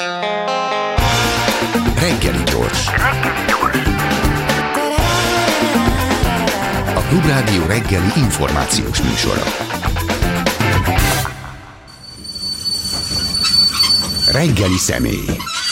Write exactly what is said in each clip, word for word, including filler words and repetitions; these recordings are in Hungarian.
Reggeli gyors. A Klubrádió reggeli információs műsora. Reggeli személy.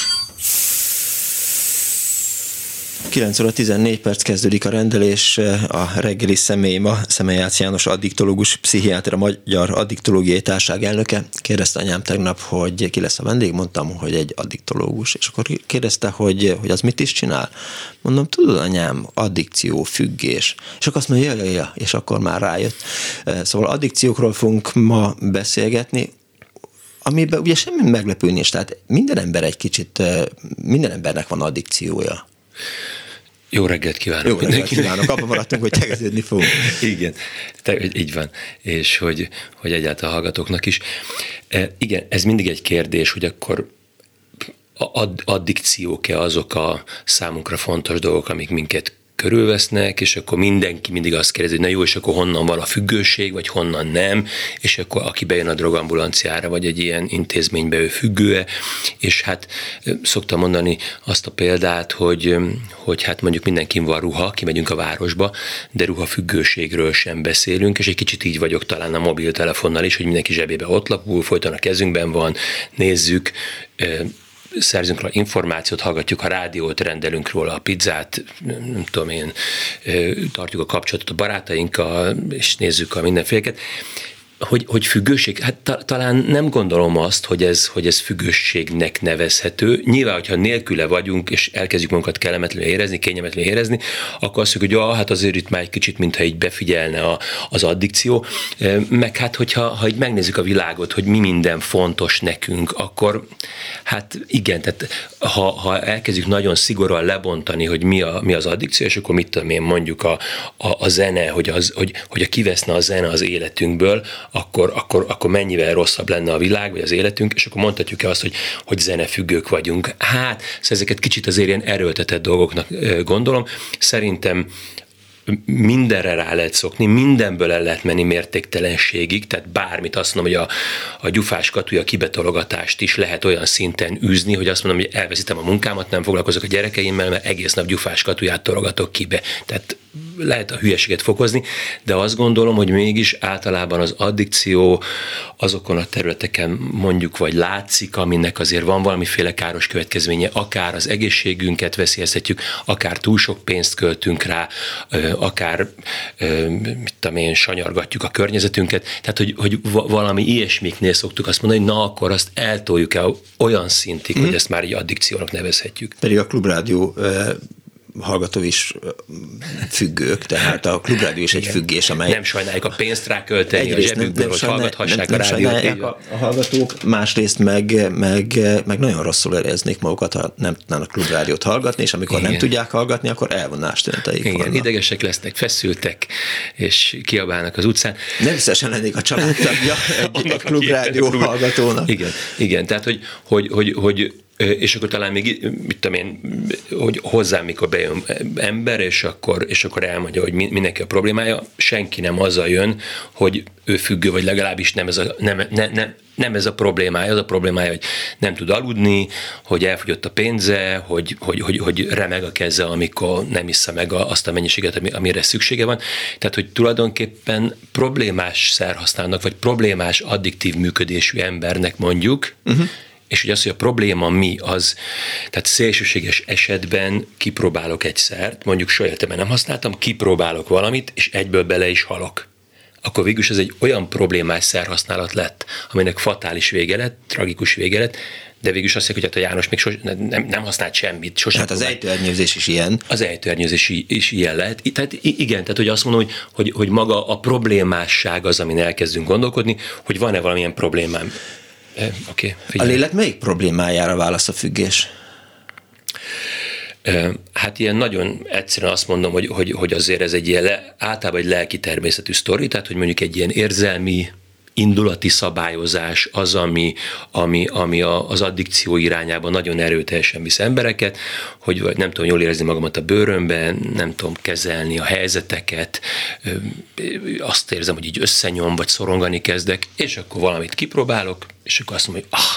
kilenc óra tizennégy perc kezdődik a rendelés. A reggeli személy ma Szemellyác János addiktológus, pszichiáter, a Magyar Addiktológiai Társaság elnöke. Kérdezte anyám tegnap, hogy ki lesz a vendég, mondtam, hogy egy addiktológus. És akkor kérdezte, hogy, hogy az mit is csinál. Mondom, tudod anyám, addikció, függés. És akkor azt mondja, ja, ja, ja, és akkor már rájött. Szóval addikciókról fogunk ma beszélgetni, amiben ugye semmi meglepő nincs. Tehát minden ember egy kicsit, minden embernek van addikciója. Jó reggelt kívánok! Jó reggelt kívánok! Abban maradtunk, hogy tegeződni fogunk. Igen, te, így van. És hogy, hogy egyáltalán hallgatóknak is. E, igen, ez mindig egy kérdés, hogy akkor ad, addikciók-e azok a számunkra fontos dolgok, amik minket körülvesznek, és akkor mindenki mindig azt kérdezi, hogy na jó, és akkor honnan van a függőség, vagy honnan nem, és akkor aki bejön a drogambulanciára, vagy egy ilyen intézménybe, ő függő-e, és hát szoktam mondani azt a példát, hogy, hogy hát mondjuk mindenkin van ruha, kimegyünk a városba, de ruhafüggőségről sem beszélünk, és egy kicsit így vagyok talán a mobiltelefonnal is, hogy mindenki zsebébe ott lapul, folyton a kezünkben van, nézzük, szerzünk róla információt, hallgatjuk a rádiót, rendelünk róla a pizzát, nem tudom én, tartjuk a kapcsolatot a barátainkkal, és nézzük a mindenféleket. Hogy, hogy függőség? Hát ta, talán nem gondolom azt, hogy ez, hogy ez függőségnek nevezhető. Nyilván, hogyha nélküle vagyunk, és elkezdjük magunkat kellemetlenül érezni, kényelmetlenül érezni, akkor azt mondjuk, hogy ah, hát azért itt már egy kicsit, mintha így befigyelne a, az addikció. Meg hát, hogyha ha így megnézzük a világot, hogy mi minden fontos nekünk, akkor hát igen, tehát ha, ha elkezdjük nagyon szigorúan lebontani, hogy mi, a, mi az addikció, és akkor mit tudom én, mondjuk a, a, a zene, hogy, az, hogy, hogy a kiveszne a zene az életünkből, Akkor, akkor, akkor mennyivel rosszabb lenne a világ, vagy az életünk, és akkor mondhatjuk-e azt, hogy, hogy zenefüggők vagyunk. Hát, ezeket kicsit azért ilyen erőltetett dolgoknak gondolom. Szerintem mindenre rá lehet szokni, mindenből el lehet menni mértéktelenségig, tehát bármit, azt mondom, hogy a, a gyufás katúja kibetologatást is lehet olyan szinten űzni, hogy azt mondom, hogy elveszítem a munkámat, nem foglalkozok a gyerekeimmel, mert egész nap gyufás katuját tologatok kibe. Tehát lehet a hülyeséget fokozni, de azt gondolom, hogy mégis általában az addikció azokon a területeken mondjuk, vagy látszik, aminek azért van valamiféle káros következménye, akár az egészségünket veszélyeztetjük, akár túl sok pénzt költünk rá, akár mit tudom én, sanyargatjuk a környezetünket, tehát hogy, hogy valami ilyesmiknél szoktuk azt mondani, hogy na akkor azt eltoljuk el olyan szintig, mm. hogy ezt már így addikciónak nevezhetjük. Pedig a Klubrádió hallgató is függők, tehát a Klubrádió is egy igen. függés, amely... Nem sajnáljuk a pénzt rákölteni a zsebükből, hogy hallgathassák nem, nem a rádiót. A, a hallgatók, másrészt meg, meg, meg nagyon rosszul éreznék magukat, ha nem tudnának Klubrádiót hallgatni, és amikor igen. nem tudják hallgatni, akkor elvonás tüneteik igen, vannak. Idegesek lesznek, feszültek, és kiabálnak az utcán. Nem biztosan lennék a családtagja egy, egy Klubrádió hallgatónak. Igen, igen, tehát hogy, hogy, hogy, hogy és akkor talán még, mit tudom én, hogy hozzám, mikor bejön ember, és akkor, és akkor elmondja, hogy mindenki a problémája, senki nem azzal jön, hogy ő függő, vagy legalábbis nem ez a, nem, nem, nem, nem ez a problémája. Az a problémája, hogy nem tud aludni, hogy elfogyott a pénze, hogy, hogy, hogy, hogy remeg a keze, amikor nem issza meg azt a mennyiséget, amire szüksége van. Tehát, hogy tulajdonképpen problémás szerhasználnak, vagy problémás addiktív működésű embernek mondjuk, uh-huh. és hogy az, hogy a probléma mi az, tehát szélsőséges esetben kipróbálok egy szert, mondjuk soha életemben nem használtam, kipróbálok valamit, és egyből bele is halok. Akkor végülis ez egy olyan problémás szerhasználat lett, aminek fatális vége lett, tragikus vége lett, de végülis azt mondják, hogy hát a János még sos, nem, nem használt semmit. Sosem hát az ejtőernyőzés is ilyen. Az ejtőernyőzés is ilyen lehet. Tehát igen, tehát hogy azt mondom, hogy, hogy, hogy maga a problémásság az, amin elkezdünk gondolkodni, hogy van-e valamilyen problémám. E, okay, a lélek melyik problémájára válasz a függés? E, hát ilyen nagyon egyszerűen azt mondom, hogy, hogy, hogy azért ez egy ilyen le, általában egy lelki természetű sztori, tehát hogy mondjuk egy ilyen érzelmi, indulati szabályozás az, ami, ami, ami az addikció irányában nagyon erőteljesen visz embereket, hogy nem tudom jól érezni magamat a bőrömben, nem tudom kezelni a helyzeteket, azt érzem, hogy így összenyom, vagy szorongani kezdek, és akkor valamit kipróbálok, és akkor azt mondom, hogy ah,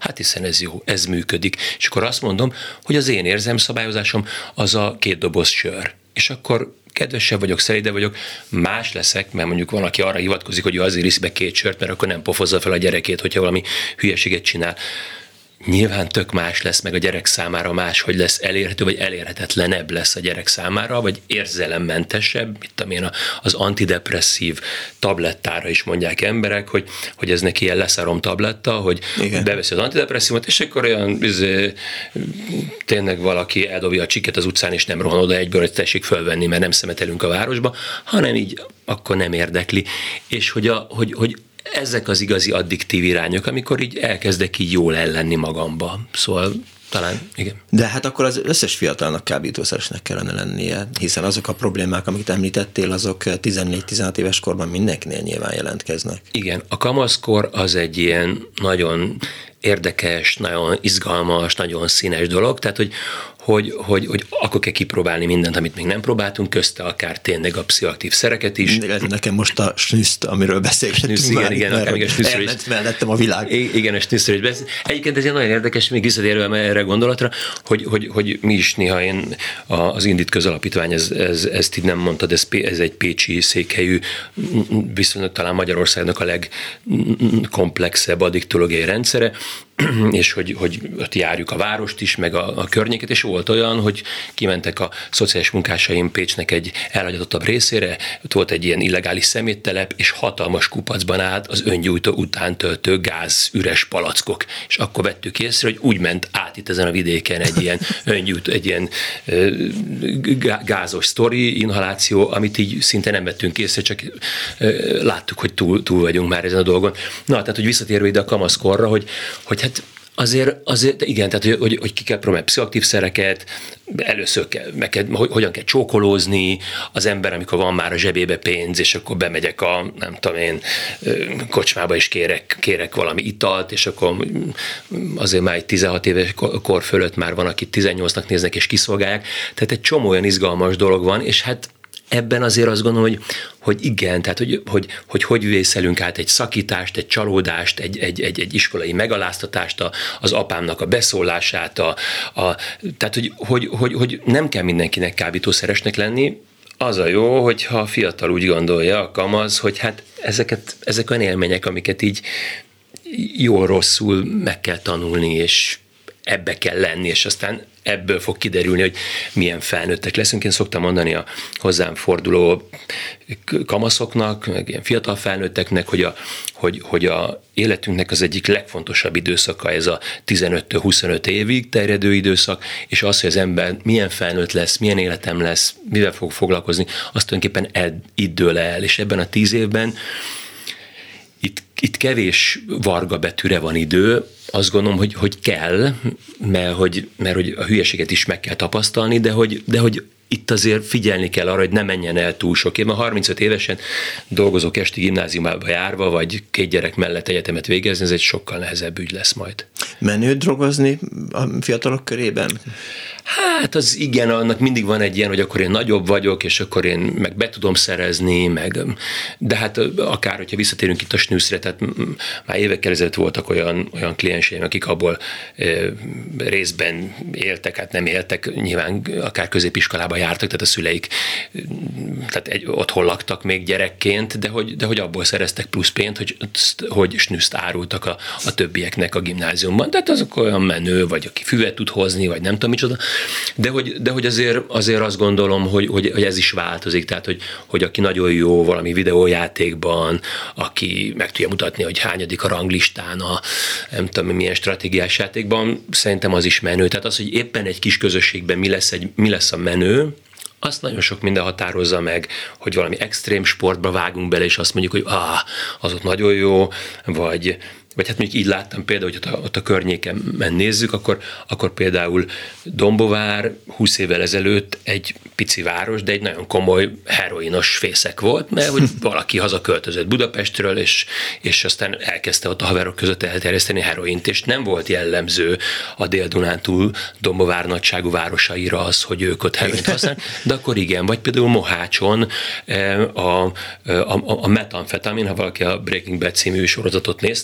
Hát hiszen ez jó, ez működik. És akkor azt mondom, hogy az én érzelmszabályozásom az a két doboz sör. És akkor kedvesebb vagyok, szelídebb vagyok, más leszek, mert mondjuk van, aki arra hivatkozik, hogy ő azért iszi be két sört, mert akkor nem pofozza fel a gyerekét, hogyha valami hülyeséget csinál. Nyilván tök más lesz, meg a gyerek számára más, hogy lesz elérhető, vagy elérhetetlenebb lesz a gyerek számára, vagy érzelemmentesebb, mit tudom én, az antidepresszív tablettára is mondják emberek, hogy, hogy ez neki ilyen leszarom tabletta, hogy igen, beveszi az antidepresszívot, és akkor olyan izé, tényleg valaki eldobja a csiket az utcán, és nem rohan oda egyből, hogy tessék fölvenni, mert nem szemetelünk a városba, hanem így akkor nem érdekli. És hogy, a, hogy, hogy ezek az igazi addiktív irányok, amikor így elkezdek így jól ellenni magamba. Szóval talán, igen. De hát akkor az összes fiatalnak kábítószeresnek kellene lennie, hiszen azok a problémák, amiket említettél, azok tizennégy-tizenhat éves korban mindenkinél nyilván jelentkeznek. Igen, a kamaszkor az egy ilyen nagyon érdekes, nagyon izgalmas, nagyon színes dolog, tehát hogy Hogy, hogy, hogy akkor kell kipróbálni mindent, amit még nem próbáltunk, közte akár tényleg a pszichoaktív szereket is. Nekem most a snüszt, amiről beszélgetünk snüsz, igen, igen, akár még a snüszről is. Mellettem a világ. Igen, a snüszről is beszél. Egyébként ez egy nagyon érdekes, még visszatérve erre a gondolatra, hogy, hogy, hogy mi is néha én az Indit Közalapítvány, ez, ez, ezt így nem mondtad, ez, ez egy pécsi székhelyű, viszont talán Magyarországnak a legkomplexebb addiktológiai rendszere, és hogy, hogy ott járjuk a várost is, meg a, a környéket, és volt olyan, hogy kimentek a szociális munkásaim Pécsnek egy elhagyottabb részére, ott volt egy ilyen illegális szeméttelep, és hatalmas kupacban állt az öngyújtó után töltő gáz üres palackok, és akkor vettük észre, hogy úgy ment át itt ezen a vidéken egy ilyen öngyújtó, egy ilyen gázos sztori, inhaláció, amit így szinte nem vettünk észre, csak láttuk, hogy túl, túl vagyunk már ezen a dolgon. Na, tehát, hogy visszatérve ide a kamaszkorra, hogy, hogy hát azért, azért igen, tehát hogy, hogy, hogy ki kell próbálni pszichoaktív szereket, először kell, meg kell, hogyan kell csókolózni, az ember, amikor van már a zsebébe pénz, és akkor bemegyek a, nem tudom én, kocsmába, és kérek, kérek valami italt, és akkor azért már egy tizenhat éves kor fölött már van, akit tizennyolcnak néznek, és kiszolgálják. Tehát egy csomó olyan izgalmas dolog van, és hát ebben azért azt gondolom, hogy, hogy igen, tehát hogy hogy, hogy hogy vészelünk át egy szakítást, egy csalódást, egy, egy, egy, egy iskolai megaláztatást, a, az apámnak a beszólását, a, a, tehát hogy, hogy, hogy, hogy nem kell mindenkinek kábítószeresnek lenni. Az a jó, hogyha a fiatal úgy gondolja, a kamasz, hogy hát ezeket, ezek olyan élmények, amiket így jól-rosszul meg kell tanulni, és ebbe kell lenni, és aztán ebből fog kiderülni, hogy milyen felnőttek leszünk. Én szoktam mondani a hozzám forduló kamaszoknak, meg ilyen fiatal felnőtteknek, hogy a, hogy, hogy a életünknek az egyik legfontosabb időszaka ez a tizenöttől huszonöt évig terjedő időszak, és az, hogy az ember milyen felnőtt lesz, milyen életem lesz, mivel fog foglalkozni, azt tulajdonképpen ed, itt dől el, és ebben a tíz évben itt, itt kevés varga betűre van idő, azt gondolom, hogy, hogy kell, mert hogy, mert hogy a hülyeséget is meg kell tapasztalni, de hogy, de hogy itt azért figyelni kell arra, hogy ne menjen el túl sok év. harmincöt évesen dolgozok esti gimnáziumába járva, vagy két gyerek mellett egyetemet végezni, ez egy sokkal nehezebb ügy lesz majd. Menő drogozni a fiatalok körében? Hát az igen, annak mindig van egy ilyen, hogy akkor én nagyobb vagyok, és akkor én meg be tudom szerezni, meg, de hát akár, hogyha visszatérünk itt a snüszre, tehát már évekkel ezelőtt voltak olyan, olyan klienseim, akik abból e, részben éltek, hát nem éltek, nyilván akár középiskolába jártak, tehát a szüleik tehát egy, otthon laktak még gyerekként, de hogy, de hogy abból szereztek plusz pénzt, hogy, hogy snüszt árultak a, a többieknek a gimnáziumban. Tehát azok olyan menő, vagy aki füvet tud hozni, vagy nem tudom micsoda. De hogy, de hogy azért, azért azt gondolom, hogy, hogy, hogy ez is változik, tehát hogy, hogy aki nagyon jó valami videójátékban, aki meg tudja mutatni, hogy hányadik a ranglistán, a nem tudom milyen stratégiás játékban, szerintem az is menő. Tehát az, hogy éppen egy kis közösségben mi lesz, egy, mi lesz a menő, azt nagyon sok minden határozza meg, hogy valami extrém sportba vágunk bele, és azt mondjuk, hogy ah, az ott nagyon jó, vagy vagy hát mondjuk így láttam például, hogy ott a, ott a környéken nézzük, akkor, akkor például Dombovár húsz évvel ezelőtt egy pici város, de egy nagyon komoly heroinos fészek volt, mert hogy valaki hazaköltözött Budapestről, és, és aztán elkezdte ott a haverok között elterjeszteni heroint, és nem volt jellemző a Dél-Dunántúl Dombovár nagyságú városaira az, hogy ők ott heroint használnak, de akkor igen, vagy például Mohácson a, a, a, a metamfetamin, ha valaki a Breaking Bad című sorozatot nézte, akkor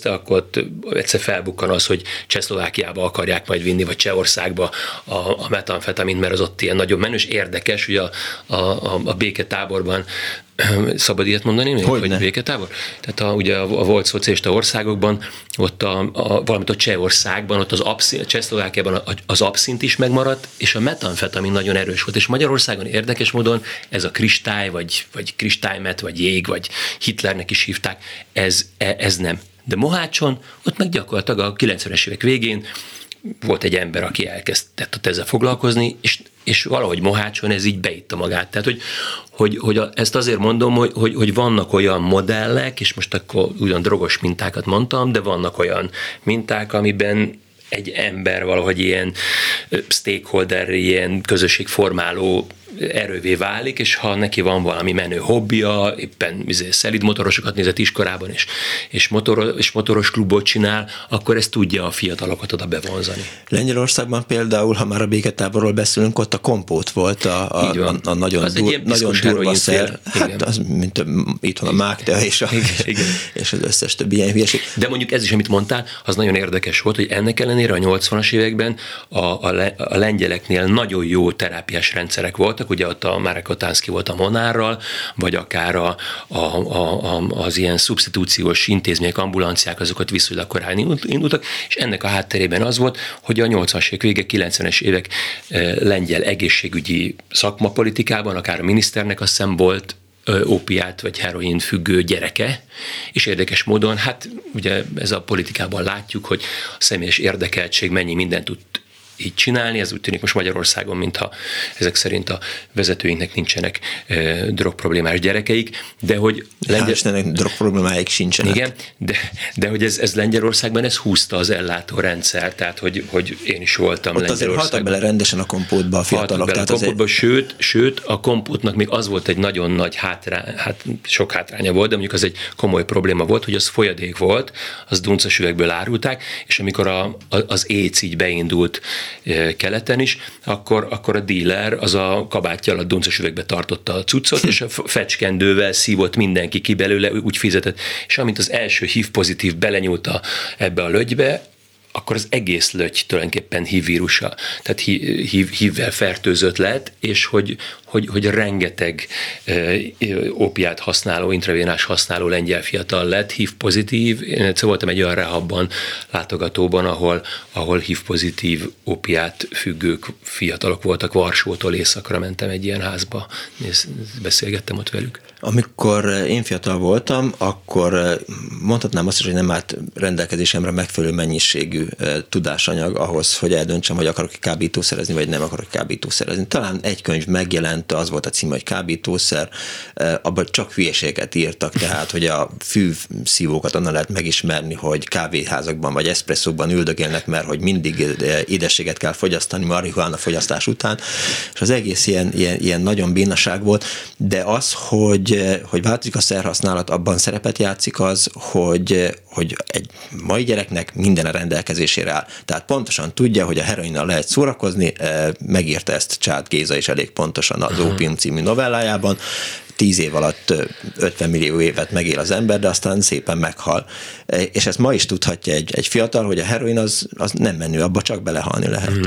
ott egyszer felbukkan az, hogy Csehszlovákiába akarják majd vinni, vagy Csehországba a, a metamfetamint, mert az ott ilyen nagyon menős, érdekes, hogy a, a, a béketáborban, szabad ilyet mondani, még, hogy béketábor? Tehát a, ugye a, a volt szocialista országokban, ott a, a, valamint a Csehországban, ott az abszint, Csehszlovákiában az abszint is megmaradt, és a metamfetamin nagyon erős volt. És Magyarországon érdekes módon ez a kristály, vagy, vagy kristálymet, vagy jég, vagy Hitlernek is hívták, ez, ez nem. De Mohácson ott meg gyakorlatilag a kilencvenes évek végén volt egy ember, aki elkezdett ezzel foglalkozni, és, és valahogy Mohácson ez így beitta magát. Tehát, hogy, hogy, hogy a, ezt azért mondom, hogy, hogy, hogy vannak olyan modellek, és most akkor ugyan drogos mintákat mondtam, de vannak olyan minták, amiben egy ember valahogy ilyen stakeholder, ilyen közösségformáló erővé válik, és ha neki van valami menő hobbija, éppen szelíd motorosokat nézett iskolában, és, és, motor, és motoros klubot csinál, akkor ezt tudja a fiatalokat oda bevonzani. Lengyelországban például, ha már a béketáborról beszélünk, ott a kompót volt a, a, a, a nagyon, az dur, nagyon durva szer. Hát igen. az, mint itt van a mágtea és, a, igen, igen. és az összes többi ilyen hülyeség. De mondjuk ez is, amit mondtál, az nagyon érdekes volt, hogy ennek ellenére a nyolcvanas években a, a, le, a lengyeleknél nagyon jó terápiás rendszerek voltak, ugye ott a Marek Kotánszky volt a Monárral, vagy akár a, a, a, a, az ilyen szubstitúciós intézmények, ambulanciák, azokat viszonylag korán indultak, és ennek a hátterében az volt, hogy a nyolcvanas évek vége, kilencvenes évek lengyel egészségügyi szakmapolitikában, akár a miniszternek azt hiszem volt ópiát vagy heroin függő gyereke, és érdekes módon, hát ugye ez a politikában látjuk, hogy a személyes érdekeltség mennyi mindent tud így csinálni, ez úgy tűnik most Magyarországon, mintha ezek szerint a vezetőinknek nincsenek e, drogproblémás gyerekeik, de hogy Lengyel... drogproblémáik sincsenek. Igen, de, de hogy ez, ez Lengyelországban ez húzta az ellátórendszer, tehát hogy, hogy én is voltam ott Lengyelországban. Azért haltak bele rendesen a kompótba a fiatalok. Bele a kompótba, egy... sőt, sőt, a kompótnak még az volt egy nagyon nagy hátrány, hát sok hátránya volt, de mondjuk az egy komoly probléma volt, hogy az folyadék volt, az duncas üvegből árulták, és amikor a, a, az éc így beindult keleten is, akkor, akkor a díler az a kabátja alatt duncos üvegbe tartotta a cuccot, és a fecskendővel szívott mindenki ki belőle, úgy fizetett, és amint az első hív pozitív belenyúlt a, ebbe a lögybe, akkor az egész löty tulajdonképpen hív vírusa, tehát hív, hívvel fertőzött lett, és hogy, hogy, hogy rengeteg e, ópiát használó, intravénás használó lengyel fiatal lett, hív pozitív. Én egyszer voltam egy olyan rehabban, látogatóban, ahol, ahol hív pozitív ópiát függők fiatalok voltak, Varsótól északra mentem egy ilyen házba, és beszélgettem ott velük. Amikor én fiatal voltam, akkor mondhatnám azt is, hogy nem állt rendelkezésemre megfelelő mennyiségű tudásanyag ahhoz, hogy eldöntsem, hogy akarok kábítószerezni, vagy nem akarok kábítószerezni. Talán egy könyv megjelent, az volt a címe, hogy kábítószer, abban csak hülyeséget írtak, tehát, hogy a fűszívókat onnan lehet megismerni, hogy kávéházakban vagy eszpresszókban üldögélnek, mert hogy mindig édességet kell fogyasztani marihuána fogyasztás után, és az egész ilyen, ilyen, ilyen nagyon bénaság volt, de az, hogy hogy változik a szerhasználat, abban szerepet játszik az, hogy, hogy egy mai gyereknek minden a rendelkezésére áll. Tehát pontosan tudja, hogy a heroinnal lehet szórakozni, megírta ezt Csád Géza is elég pontosan az Ópium című novellájában, tíz év alatt ötven millió évet megél az ember, de aztán szépen meghal. És ezt ma is tudhatja egy, egy fiatal, hogy a heroin az, az nem menő, abba csak belehalni lehet. Mm.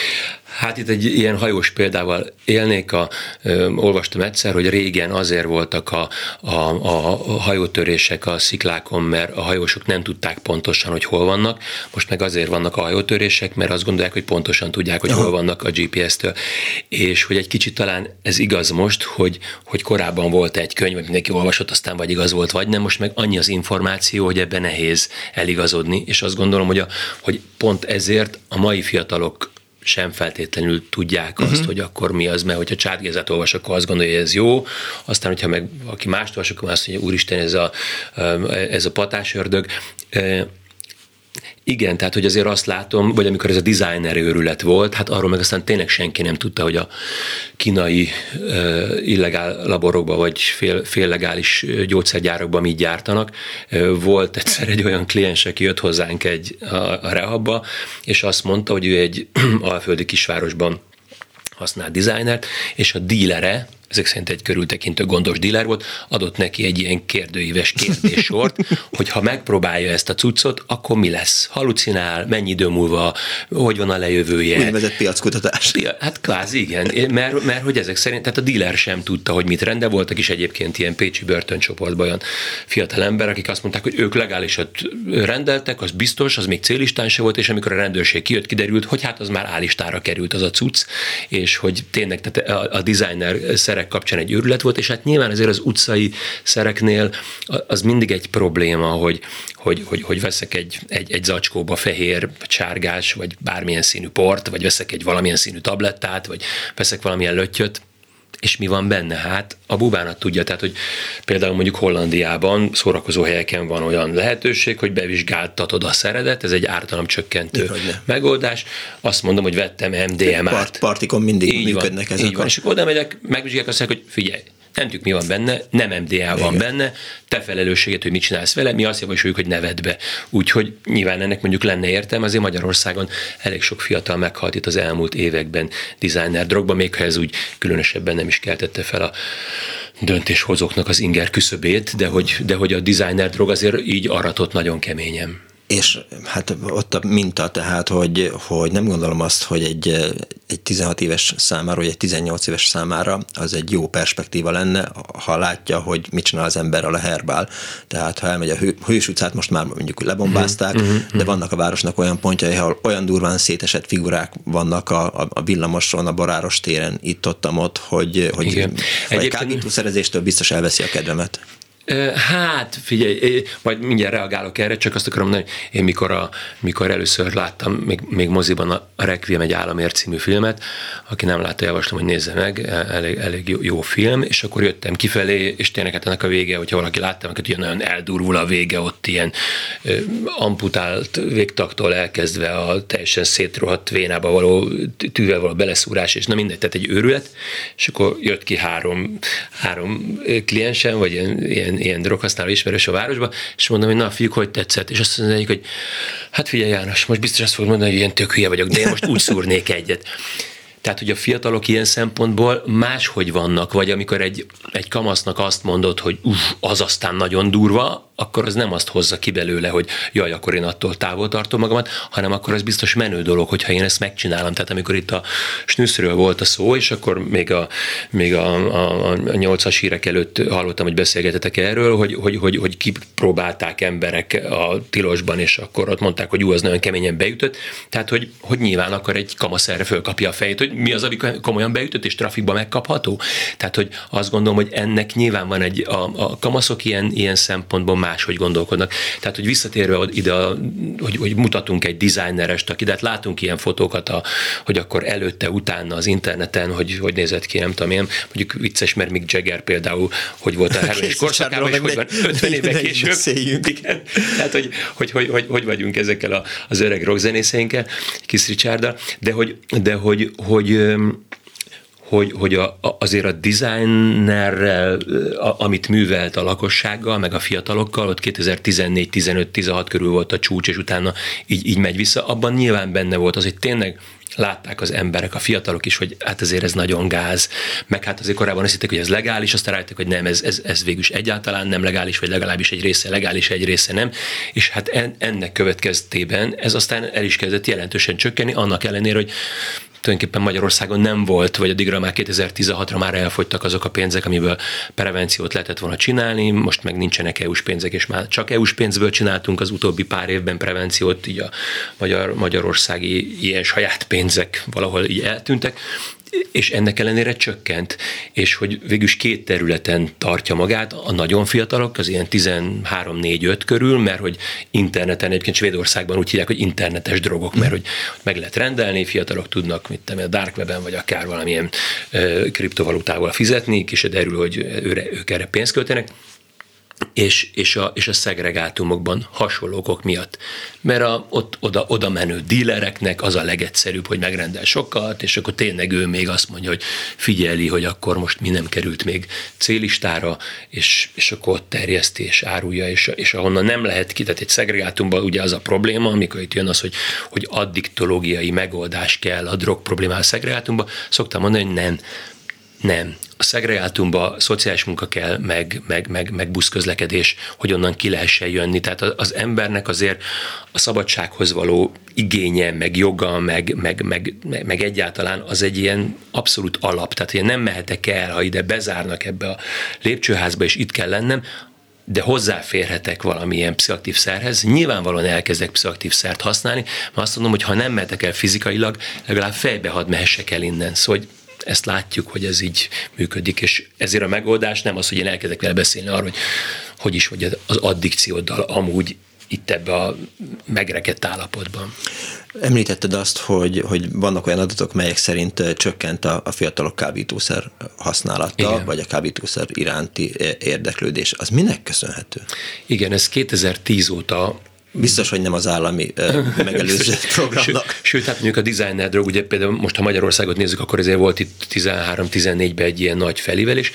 Hát itt egy ilyen hajós példával élnék, a, ö, olvastam egyszer, hogy régen azért voltak a, a, a hajótörések a sziklákon, mert a hajósok nem tudták pontosan, hogy hol vannak, most meg azért vannak a hajótörések, mert azt gondolják, hogy pontosan tudják, hogy hol vannak a gé pé es-től. És hogy egy kicsit talán ez igaz most, hogy, hogy korábban volt egy könyv, amit mindenki olvasott, aztán vagy igaz volt, vagy nem, most meg annyi az információ, hogy ebben nehéz eligazodni, és azt gondolom, hogy, a, hogy pont ezért a mai fiatalok sem feltétlenül tudják azt, uh-huh. hogy akkor mi az, mert hogyha Csád Gézát olvas, akkor azt gondolja, hogy ez jó, aztán, hogyha meg aki mást olvas, akkor azt mondja, úristen, ez a, ez a patásördög. Igen, tehát hogy azért azt látom, vagy amikor ez a designer őrület volt, hát arról meg aztán tényleg senki nem tudta, hogy a kínai uh, illegál laborokban, vagy fél, féllegális gyógyszergyárakban mit gyártanak. Uh, volt egyszer egy olyan kliens, aki jött hozzánk egy, a, a rehabba, és azt mondta, hogy ő egy alföldi kisvárosban használt designert, és a dílere ezek szerint egy körültekintő gondos díler volt, adott neki egy ilyen kérdőíves kérdéssort, hogy ha megpróbálja ezt a cuccot, akkor mi lesz? Halucinál, mennyi idő múlva, hogy van a lejövője? Úgynevezett piackutatás. Hát kvázi igen, mert, mert hogy ezek szerint, tehát a díler sem tudta, hogy mit rende, voltak is egyébként ilyen pécsi börtöncsoportban olyan fiatal ember, akik azt mondták, hogy ők legálisat rendeltek, az biztos, az még célistán se volt, és amikor a rendőrség kijött, kiderült, hogy hát az már álistára került az a cucc, és hogy tényleg tehát a, a designer szerek kapcsán egy őrület volt, és hát nyilván azért az utcai szereknél az mindig egy probléma, hogy, hogy, hogy, hogy veszek egy, egy, egy zacskóba fehér, sárgás, vagy bármilyen színű port, vagy veszek egy valamilyen színű tablettát, vagy veszek valamilyen löttyöt, és mi van benne? Hát a bubánat tudja, tehát, hogy például mondjuk Hollandiában szórakozó helyeken van olyan lehetőség, hogy bevizsgáltatod a szeredet, ez egy ártalomcsökkentő megoldás. Azt mondom, hogy vettem em dé em át. Part, partikon mindig így működnek van, ezek. Így van, és akkor oda megyek, megvizsgálják, azt mondják, hogy figyelj, nem tudjuk, mi van benne, nem em dé á van igen. benne, te felelősséget, hogy mit csinálsz vele, mi azt javasoljuk, hogy ne vedd be. Úgyhogy nyilván ennek mondjuk lenne értelme, azért Magyarországon elég sok fiatal meghalt itt az elmúlt években designer drogban, még ha ez úgy különösebben nem is keltette fel a döntéshozóknak az inger küszöbét, de hogy, de hogy a designer drog azért így aratott nagyon keményen. És hát ott a minta, tehát, hogy, hogy nem gondolom azt, hogy egy, egy tizenhat éves számára, vagy egy tizennyolc éves számára az egy jó perspektíva lenne, ha látja, hogy mit csinál az ember a Leherbál. Tehát ha elmegy a Hő, Hős utcát, most már mondjuk lebombázták, mm-hmm. de vannak a városnak olyan pontjai, ahol olyan durván szétesett figurák vannak a, a, a villamoson, a Boráros téren, itt-ott-ott, hogy, hogy egy kábítószerezéstől biztos elveszi a kedvemet. Hát, figyelj, majd mindjárt reagálok erre, csak azt akarom mondani, én mikor, a, mikor először láttam még, még moziban a Requiem egy államért című filmet, aki nem látta, javaslom, hogy nézze meg, elég, elég jó, jó film, és akkor jöttem kifelé, és tényleg hát ennek a vége, hogyha valaki látta, akkor ilyen nagyon eldurvul a vége, ott ilyen amputált végtaktól elkezdve a teljesen szétrohadt vénába való tűvel való beleszúrás, és na mindegy, tehát egy őrület, és akkor jött ki három, három kliensem, vagy ilyen, ilyen ilyen droghasználó ismerős a városba, és mondom, hogy na fiúk, hogy tetszett? És azt mondják, hogy hát figyelj János, most biztos azt fogod mondani, hogy ilyen tök hülye vagyok, de én most úgy szúrnék egyet. Tehát, hogy a fiatalok ilyen szempontból máshogy vannak, vagy amikor egy, egy kamasznak azt mondod, hogy uff, az aztán nagyon durva, akkor az nem azt hozza ki belőle, hogy jaj, akkor én attól távol tartom magamat, hanem akkor az biztos menő dolog, hogyha én ezt megcsinálom. Tehát amikor itt a snüszről volt a szó, és akkor még a, még a, a, a nyolcas hírek előtt hallottam, hogy beszélgetetek erről, hogy, hogy, hogy, hogy kipróbálták emberek a tilosban, és akkor ott mondták, hogy ú, az nagyon keményen beütött. Tehát, hogy, hogy nyilván akkor egy kamasz erre fölkapja a fejét, hogy mi az, ami komolyan beütött, és trafikban megkapható. Tehát, hogy azt gondolom, hogy ennek nyilván van egy, a, a kamaszok ilyen, ilyen szempontból máshogy gondolkodnak. Tehát, hogy visszatérve ide, hogy, hogy mutatunk egy designerest, aki, de hát látunk ilyen fotókat, a, hogy akkor előtte, utána az interneten, hogy hogy nézett ki, nem tudom én, mondjuk vicces, mert Mick Jagger például, hogy volt a heroin korszakában, és hogy van ötven évvel később. Igen. Tehát, hogy hogy, hogy, hogy hogy vagyunk ezekkel a, az öreg rockzenészeinkkel, Keith Richarddal, de hogy, de hogy, hogy hogy, hogy a, azért a designerrel, a, amit művelt a lakossággal, meg a fiatalokkal, ott kétezer-tizennégy, tizenöt, tizenhat körül volt a csúcs, és utána így, így megy vissza, abban nyilván benne volt az, hogy tényleg látták az emberek, a fiatalok is, hogy hát azért ez nagyon gáz, meg hát azért korábban azt hitték, hogy ez legális, aztán rájöttek, hogy nem, ez, ez, ez végülis egyáltalán nem legális, vagy legalábbis egy része legális, egy része nem, és hát en, ennek következtében ez aztán el is kezdett jelentősen csökkenni, annak ellenére, hogy tulajdonképpen Magyarországon nem volt, vagy addigra már kétezer-tizenhatra már elfogytak azok a pénzek, amiből prevenciót lehetett volna csinálni, most meg nincsenek é u-s pénzek, és már csak é u-s pénzből csináltunk az utóbbi pár évben prevenciót, így a magyar, magyarországi ilyen saját pénzek valahol így eltűntek, és ennek ellenére csökkent, és hogy végülis két területen tartja magát, a nagyon fiatalok, az ilyen tizenhárom négy öt körül, mert hogy interneten, egyébként Svédországban úgy hívják, hogy internetes drogok, mert hogy meg lehet rendelni, fiatalok tudnak, mit tudom, a dark weben, vagy akár valamilyen ö, kriptovalutával fizetni, és derül, hogy őre, ők erre pénzt költenek, és, és, a, és a szegregátumokban hasonló okok miatt. Mert a, ott oda, oda menő dílereknek az a legegyszerűbb, hogy megrendel sokat, és akkor tényleg ő még azt mondja, hogy figyeli, hogy akkor most mi nem került még célistára, és, és akkor ott terjeszti és árulja, és, és ahonnan nem lehet ki, tehát egy szegregátumban ugye az a probléma, amikor itt jön az, hogy, hogy addiktológiai megoldás kell a drog problémára a szegregátumban, szoktam mondani, hogy nem, Nem. A szegregátumba szociális munka kell, meg, meg, meg, meg buszközlekedés, hogy onnan ki lehessen jönni. Tehát az embernek azért a szabadsághoz való igénye, meg joga, meg, meg, meg, meg egyáltalán az egy ilyen abszolút alap. Tehát én nem mehetek el, ha ide bezárnak ebbe a lépcsőházba, és itt kell lennem, de hozzáférhetek valamilyen pszichoaktív szerhez, nyilvánvalóan elkezdek pszichoaktív szert használni, mert azt mondom, hogy ha nem mehetek el fizikailag, legalább fejbe hadd mehessek el innen. Szóval ezt látjuk, hogy ez így működik, és ezért a megoldás nem az, hogy én elkezdek vele beszélni arról, hogy hogy is vagy az addikcióddal amúgy itt ebbe a megrekedt állapotban. Említetted azt, hogy, hogy vannak olyan adatok, melyek szerint csökkent a, a fiatalok kábítószer használata, igen, vagy a kábítószer iránti érdeklődés. Az minek köszönhető? Igen, ez kétezer-tíz óta biztos, hogy nem az állami uh, megelőző programnak. Sőt, sőt, hát mondjuk a designer drog, ugye például most ha Magyarországot nézzük, akkor ezért volt itt tizenhárom-tizennégyben egy ilyen nagy felívelés,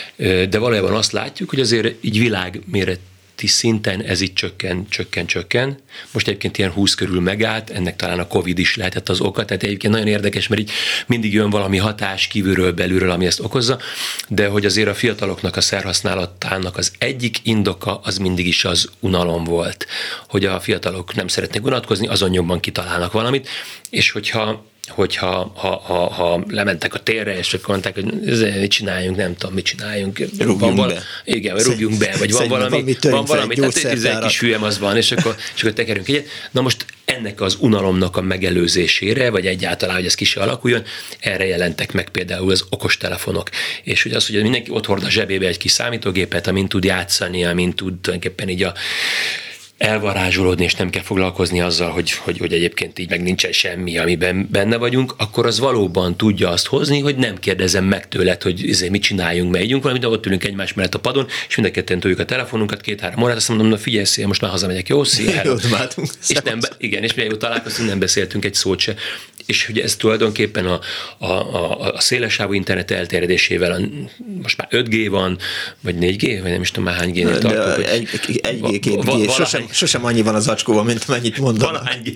de valójában azt látjuk, hogy azért így világméret szinten ez itt csökken, csökken, csökken. Most egyébként ilyen húsz körül megállt, ennek talán a Covid is lehetett az oka, tehát egyébként nagyon érdekes, mert így mindig jön valami hatás kívülről, belülről, ami ezt okozza, de hogy azért a fiataloknak a szerhasználatának az egyik indoka az mindig is az unalom volt, hogy a fiatalok nem szeretnek unatkozni, azon nyomban kitalálnak valamit, és hogyha hogyha ha, ha, ha lementek a térre, és akkor mondták, hogy mit csináljunk, nem tudom, mit csináljunk. Rúgjunk van be. Vala, igen, rúgjunk be, vagy van valami, van valami, tehát ez egy kis hülyem az van, és akkor, és akkor tekerünk egyet. Na most ennek az unalomnak a megelőzésére, vagy egyáltalán, hogy ez ki se alakuljon, erre jelentek meg például az okostelefonok. És hogy az, hogy mindenki ott hord a zsebébe egy kis számítógépet, amint tud játszani, amint tud tulajdonképpen így a elvarázsolódni, és nem kell foglalkozni azzal, hogy, hogy, hogy egyébként így meg nincsen semmi, amiben benne vagyunk, akkor az valóban tudja azt hozni, hogy nem kérdezem meg tőled, hogy ezért mit csináljunk, megyünk valamit, de ott ülünk egymás mellett a padon, és mind a ketten toljuk a telefonunkat két-három órát, azt mondom, na figyelj, szél, most már hazamegyek, jó, szél. És nem, igen, és mivel találkoztunk, nem beszéltünk egy szót se. És hogy ez tulajdonképpen a, a, a, a szélessávú internet elterjedésével, a, most már öt G van, vagy négy G, vagy nem is tudom már hány G-nél tartunk. egy G, két G, sosem, sosem annyi van az acskóban, mint mennyit mondanak. Valahány,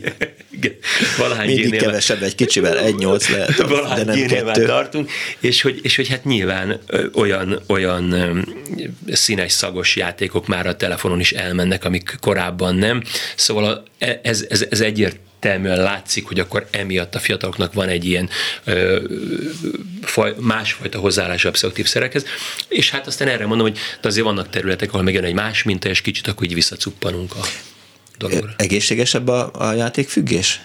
valahány mindig G-nél kevesebb, egy kicsivel, egy nyolc lehet, de nem kettő. Tartunk, és hogy, és hogy hát nyilván olyan, olyan színes, szagos játékok már a telefonon is elmennek, amik korábban nem. Szóval ez, ez, ez egyért természetesen látszik, hogy akkor emiatt a fiataloknak van egy ilyen ö, faj, másfajta hozzáállása a pszichoaktív szerekhez, és hát aztán erre mondom, hogy de azért vannak területek, ahol megjön egy más minta, és kicsit akkor így visszacuppanunk a dologra. Egészségesebb a, a játékfüggés?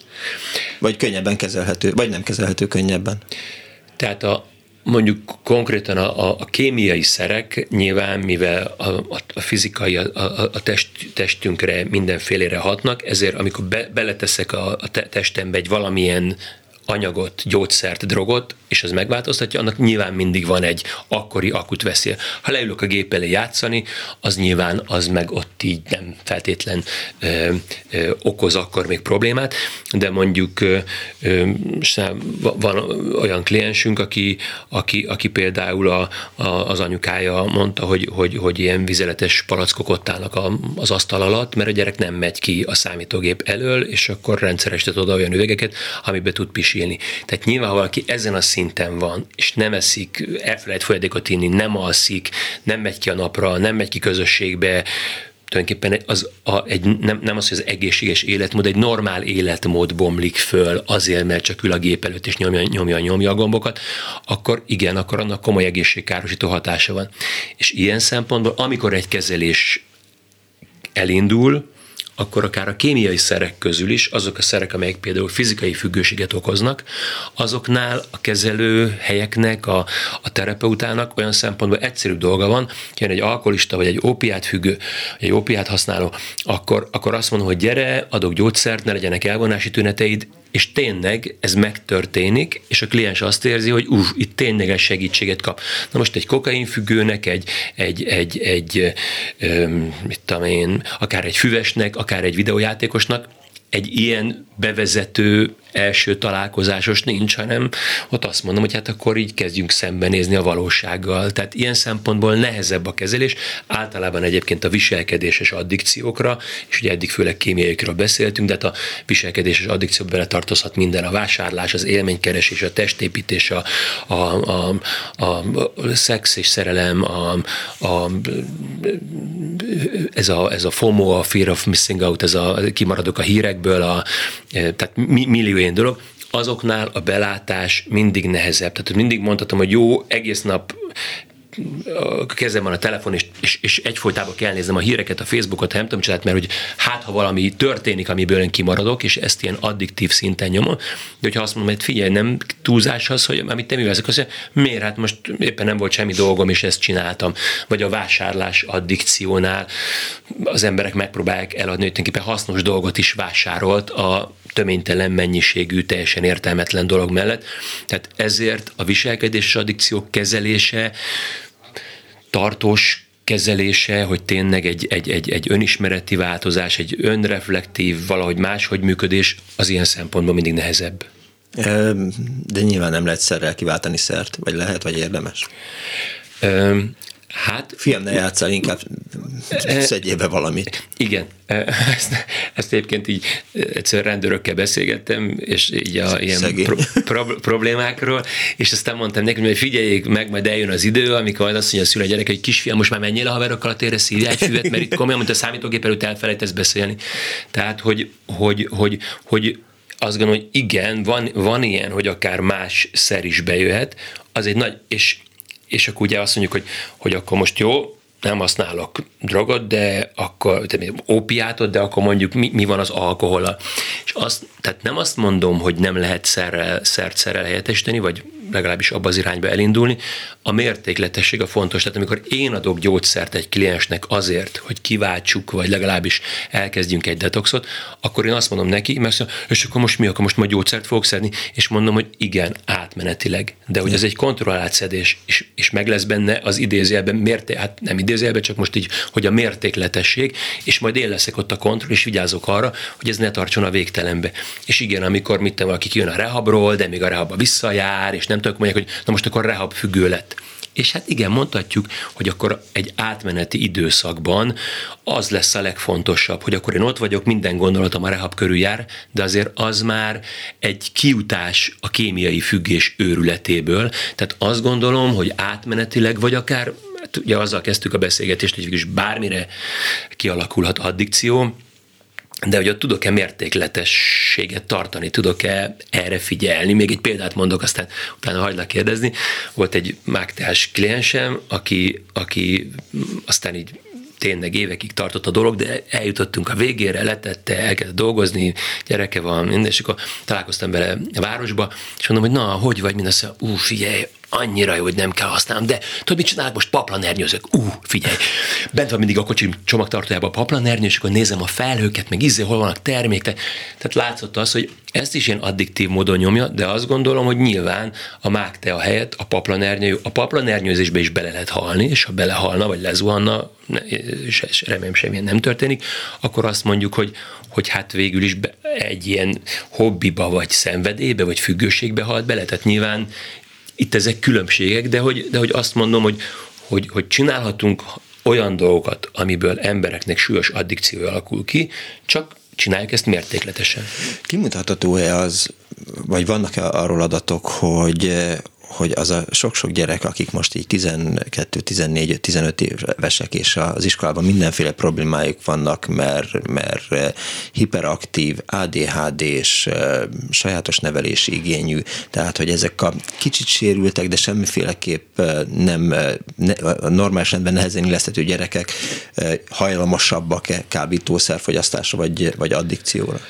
Vagy könnyebben kezelhető, vagy nem kezelhető könnyebben? Tehát a mondjuk konkrétan a, a kémiai szerek nyilván, mivel a, a, a fizikai, a, a, a test, testünkre mindenfélére hatnak, ezért amikor be, beleteszek a, a testembe egy valamilyen anyagot, gyógyszert, drogot, és ez megváltoztatja, annak nyilván mindig van egy akkori akut veszélye. Ha leülök a gép elé játszani, az nyilván az meg ott így nem feltétlen ö, ö, okoz akkor még problémát, de mondjuk ö, ö, van olyan kliensünk, aki, aki, aki például a, a, az anyukája mondta, hogy, hogy, hogy ilyen vizeletes palackok ott állnak a, az asztal alatt, mert a gyerek nem megy ki a számítógép elől, és akkor rendszeresített oda olyan üvegeket, amiben tud pisilni. Tehát nyilván, ha valaki ezen a szinten van, és nem eszik, elfelejt folyadékot inni, nem alszik, nem megy ki a napra, nem megy ki közösségbe, tulajdonképpen az, a, egy, nem, nem az, hogy az egészséges életmód, egy normál életmód bomlik föl azért, mert csak ül a gép előtt és nyomja, nyomja, nyomja a gombokat, akkor igen, akkor annak komoly egészségkárosító hatása van. És ilyen szempontból, amikor egy kezelés elindul, akkor akár a kémiai szerek közül is, azok a szerek, amelyek például fizikai függőséget okoznak, azoknál a kezelő helyeknek, a, a terapeutának olyan szempontból egyszerű dolga van, hogy egy alkoholista, vagy egy ópiát függő, vagy egy ópiát használó, akkor, akkor azt mondom, hogy gyere, adok gyógyszert, ne legyenek elvonási tüneteid, és tényleg ez megtörténik, és a kliens azt érzi, hogy uff, itt tényleges segítséget kap. Na most egy kokainfüggőnek, egy, egy, egy, egy öm, mit tudom én, akár egy füvesnek, akár egy videójátékosnak, egy ilyen bevezető első találkozásos nincs, hanem ott azt mondom, hogy hát akkor így kezdjünk szembenézni a valósággal. Tehát ilyen szempontból nehezebb a kezelés, általában egyébként a viselkedéses addikciókra, és ugye eddig főleg kémiaiakról beszéltünk, de hát a viselkedéses addikcióba beletartozhat minden, a vásárlás, az élménykeresés, a testépítés, a, a, a, a, a szex és szerelem, a, a, ez, a, ez a FOMO, a fear of missing out, ez a kimaradok a hírekből, a, tehát millió ilyen dolog, azoknál a belátás mindig nehezebb. Tehát mindig mondhatom, hogy jó, egész nap a kezem van a telefon, és, és, és egyfolytában kell néznem a híreket, a Facebookot, nem tudom csinálni, mert hogy hát, ha valami történik, amiből én kimaradok, és ezt ilyen addiktív szinten nyomom, de hogyha azt mondom, hogy figyelj, nem túlzás az, hogy amit te művelsz, azt mondja, miért? Hát most éppen nem volt semmi dolgom, és ezt csináltam. Vagy a vásárlás addikciónál az emberek megpróbálják eladni, hogy tulajdonképpen hasznos dolgot is vásárolt a töménytelen mennyiségű, teljesen értelmetlen dolog mellett. Tehát ezért a viselkedéses addikciók kezelése, tartós kezelése, hogy tényleg egy, egy, egy, egy önismereti változás, egy önreflektív, valahogy máshogy működés, az ilyen szempontból mindig nehezebb. De nyilván nem lehet szerrel kiváltani szert, vagy lehet, vagy érdemes. Um, Hát, fiam, ne játsszál, inkább szedjél be valamit. Igen, ezt, ezt egyébként így egyszer rendőrökkel beszélgettem, és így a ilyen pro- pro- problémákról, és aztán mondtam nekünk, hogy figyeljék meg, majd eljön az idő, amikor majd azt mondja a szülő, a gyerek, hogy kisfiam, most már menjél a haverokkal a térre, szívjál egy füvet, mert itt komolyan, mint a számítógép előtt elfelejtesz beszélni. Tehát, hogy, hogy, hogy, hogy azt gondolom, hogy igen, van, van ilyen, hogy akár más szer is bejöhet, az egy nagy, és és akkor ugye azt mondjuk, hogy, hogy akkor most jó, nem használok drogot, de akkor ópiátot, de akkor mondjuk mi, mi van az alkohollal. És azt, tehát nem azt mondom, hogy nem lehet szerrel, szert szerrel helyettesíteni, vagy legalábbis abba az irányba elindulni. A mértékletesség a fontos. Tehát amikor én adok gyógyszert egy kliensnek azért, hogy kiváltsuk, vagy legalábbis elkezdjünk egy detoxot, akkor én azt mondom neki, mert és akkor most mi, akkor most majd gyógyszert fogok szedni, és mondom, hogy igen, átmenetileg. De hogy ez egy kontrollált szedés, és, és meg lesz benne az idézőjelben mérték, hát nem idézőjelben, csak most így, hogy a mértékletesség, és majd én leszek ott a kontroll, és vigyázok arra, hogy ez ne tartson a végtelenbe. És igen, amikor mit valaki kijön a rehabról, de még a rehabba visszajár, és nem tudok mondják, hogy na most akkor rehab függő lett. És hát igen, mondhatjuk, hogy akkor egy átmeneti időszakban az lesz a legfontosabb, hogy akkor én ott vagyok, minden gondolatom a rehab körül jár, de azért az már egy kiutás a kémiai függés őrületéből. Tehát azt gondolom, hogy átmenetileg, vagy akár, hát ugye azzal kezdtük a beszélgetést, hogy is bármire kialakulhat addikció, de hogy ott tudok-e mértékletességet tartani, tudok-e erre figyelni. Még egy példát mondok, aztán utána hagylak kérdezni. Volt egy mágteás kliensem, aki, aki aztán így tényleg évekig tartott a dolog, de eljutottunk a végére, letette, elkezdett dolgozni, gyereke van, minden, és akkor találkoztam vele a városba, és mondom, hogy na, hogy vagy, minden, azt mondja, ú, figyelj, annyira jó, hogy nem kell használnom, de tudod, mit csinálok? Most paplanernyőzök. Ú, uh, figyelj! Bent van mindig a kocsim csomagtartójában a paplanernyő, és akkor nézem a felhőket, meg izzé, hol vannak termékek. Tehát látszott az, hogy ezt is ilyen addiktív módon nyomja, de azt gondolom, hogy nyilván a mágtea helyett a paplanernyő, a paplanernyőzésbe is bele lehet halni, és ha belehalna, vagy lezuhanna, és remélem semmilyen nem történik, akkor azt mondjuk, hogy, hogy hát végül is egy ilyen hobbiba, vagy szenvedélybe, vagy függőségbe halt bele. Tehát nyilván itt ezek különbségek, de hogy, de hogy azt mondom, hogy, hogy, hogy csinálhatunk olyan dolgokat, amiből embereknek súlyos addikció alakul ki, csak csináljuk ezt mértékletesen. Kimutatható-e az, vagy vannak-e arról adatok, hogy hogy az a sok-sok gyerek, akik most így tizenkettő, tizennégy, tizenöt évesek, és az iskolában mindenféle problémájuk vannak, mert, mert hiperaktív, á dé há dés, sajátos nevelési igényű, tehát, hogy ezek a kicsit sérültek, de semmiféleképp nem ne, normális rendben nehezen illeszthető gyerekek hajlamosabbak-e kábítószerfogyasztásra, vagy, vagy addikcióra?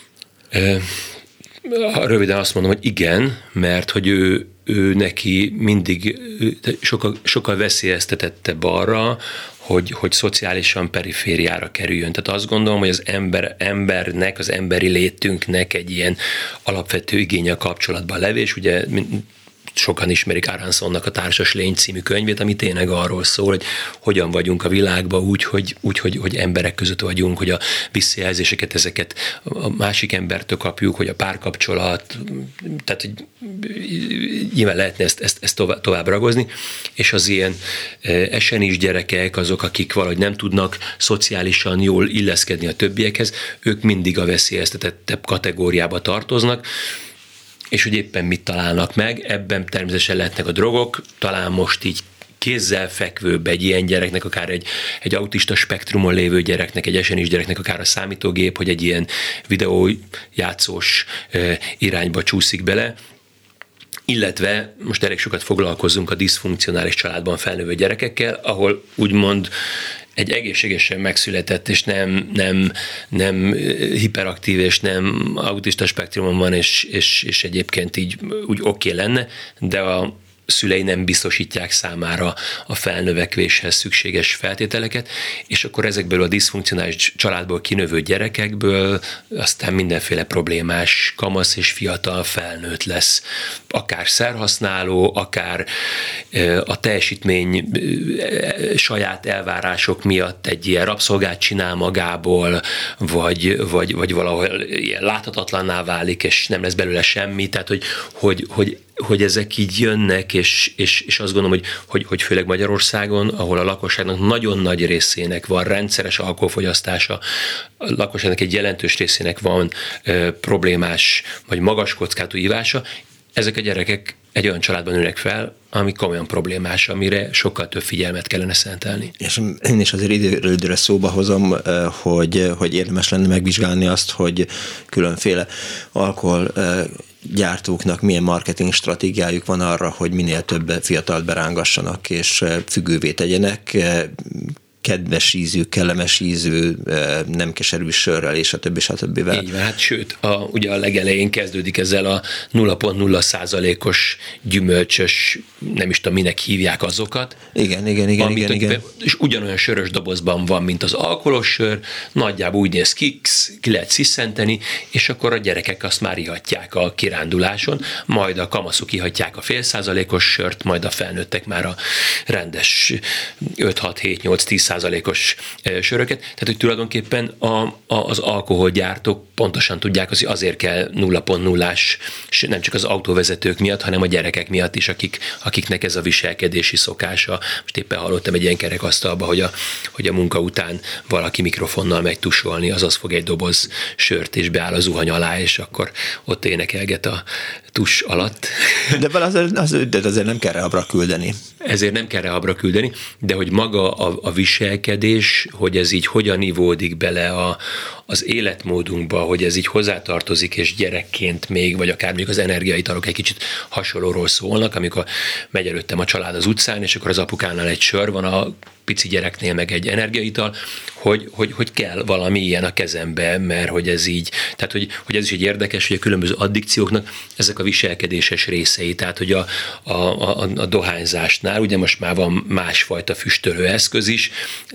Röviden azt mondom, hogy igen, mert hogy ő, ő neki mindig sokkal, sokkal veszélyeztetettebb arra, hogy, hogy szociálisan perifériára kerüljön. Tehát azt gondolom, hogy az ember, embernek, az emberi létünknek egy ilyen alapvető igénye a kapcsolatban levés. Ugye sokan ismerik Aransonnak a Társas lény című könyvét, ami tényleg arról szól, hogy hogyan vagyunk a világban úgy, hogy, úgy hogy, hogy emberek között vagyunk, hogy a visszajelzéseket, ezeket a másik embertől kapjuk, hogy a párkapcsolat, tehát hogy nyilván lehetne ezt, ezt, ezt tovább, tovább ragozni, és az ilyen esenis gyerekek, azok, akik valahogy nem tudnak szociálisan jól illeszkedni a többiekhez, ők mindig a veszélyeztetettebb kategóriába tartoznak, és hogy éppen mit találnak meg, ebben természetesen lehetnek a drogok, talán most így kézzel fekvőbb egy ilyen gyereknek, akár egy, egy autista spektrumon lévő gyereknek, egy esenis gyereknek, akár a számítógép, hogy egy ilyen videójátszós irányba csúszik bele, illetve most elég sokat foglalkozunk a diszfunkcionális családban felnövő gyerekekkel, ahol úgymond egy egészségesen megszületett, és nem, nem, nem hiperaktív, és nem autista spektrumon van, és, és, és egyébként így úgy oké okay lenne, de a szülei nem biztosítják számára a felnövekvéshez szükséges feltételeket, és akkor ezekből a diszfunkcionális családból kinövő gyerekekből aztán mindenféle problémás kamasz és fiatal felnőtt lesz. Akár szerhasználó, akár a teljesítmény saját elvárások miatt egy ilyen rabszolgát csinál magából, vagy, vagy, vagy valahol ilyen láthatatlanná válik, és nem lesz belőle semmi, tehát hogy, hogy, hogy hogy ezek így jönnek, és, és, és azt gondolom, hogy, hogy, hogy főleg Magyarországon, ahol a lakosságnak nagyon nagy részének van rendszeres alkoholfogyasztása, a lakosságnak egy jelentős részének van ö, problémás, vagy magas kockázatú ívása, ezek a gyerekek egy olyan családban nőnek fel, ami komolyan problémás, amire sokkal több figyelmet kellene szentelni. És én is azért időről időre szóba hozom, hogy, hogy érdemes lenne megvizsgálni azt, hogy különféle alkohol gyártóknak milyen marketing stratégiájuk van arra, hogy minél több fiatalt berángassanak és függővé tegyenek, kedves ízű, kellemes ízű, nem keserű sörrel, és a többi, és a többivel. Így van, hát sőt, a, ugye a legelején kezdődik ezzel a nulla egész nulla százalékos gyümölcsös, nem is tudom, minek hívják azokat. Igen, igen, igen, amit, igen, igen. És ugyanolyan sörös dobozban van, mint az alkoholos sör, nagyjából úgy néz ki, ki lehet sziszenteni, és akkor a gyerekek azt már ihatják a kiránduláson, majd a kamaszok ihatják a fél százalékos sört, majd a felnőttek már a rendes öt hat hét nyolc tíz százalékos söröket. Tehát, hogy tulajdonképpen a, a, az alkoholgyártók pontosan tudják, hogy azért kell nulla pont nullás, nem csak az autóvezetők miatt, hanem a gyerekek miatt is, akik, akiknek ez a viselkedési szokása. Most éppen hallottam egy ilyen kerekasztalba, hogy a, hogy a munka után valaki mikrofonnal megy tusolni, azaz fog egy doboz sört, és beáll a zuhany alá, és akkor ott énekelget a tus alatt. De azért, az, de azért nem kell rehabra küldeni. Ezért nem kell rehabra küldeni, de hogy maga a, a viselkedés, hogy ez így hogyan ivódik bele a, az életmódunkba, hogy ez így hozzátartozik, és gyerekként még, vagy akár mondjuk az energiaitalok egy kicsit hasonlóról szólnak, amikor megy előttem a család az utcán, és akkor az apukánál egy sör van, a pici gyereknél meg egy energiaital, hogy, hogy, hogy kell valami ilyen a kezembe, mert hogy ez így, tehát hogy, hogy ez is egy érdekes, hogy a különböző addikcióknak ezek a viselkedéses részei, tehát hogy a, a, a, a dohányzásnál, ugye most már van másfajta füstölő eszköz is,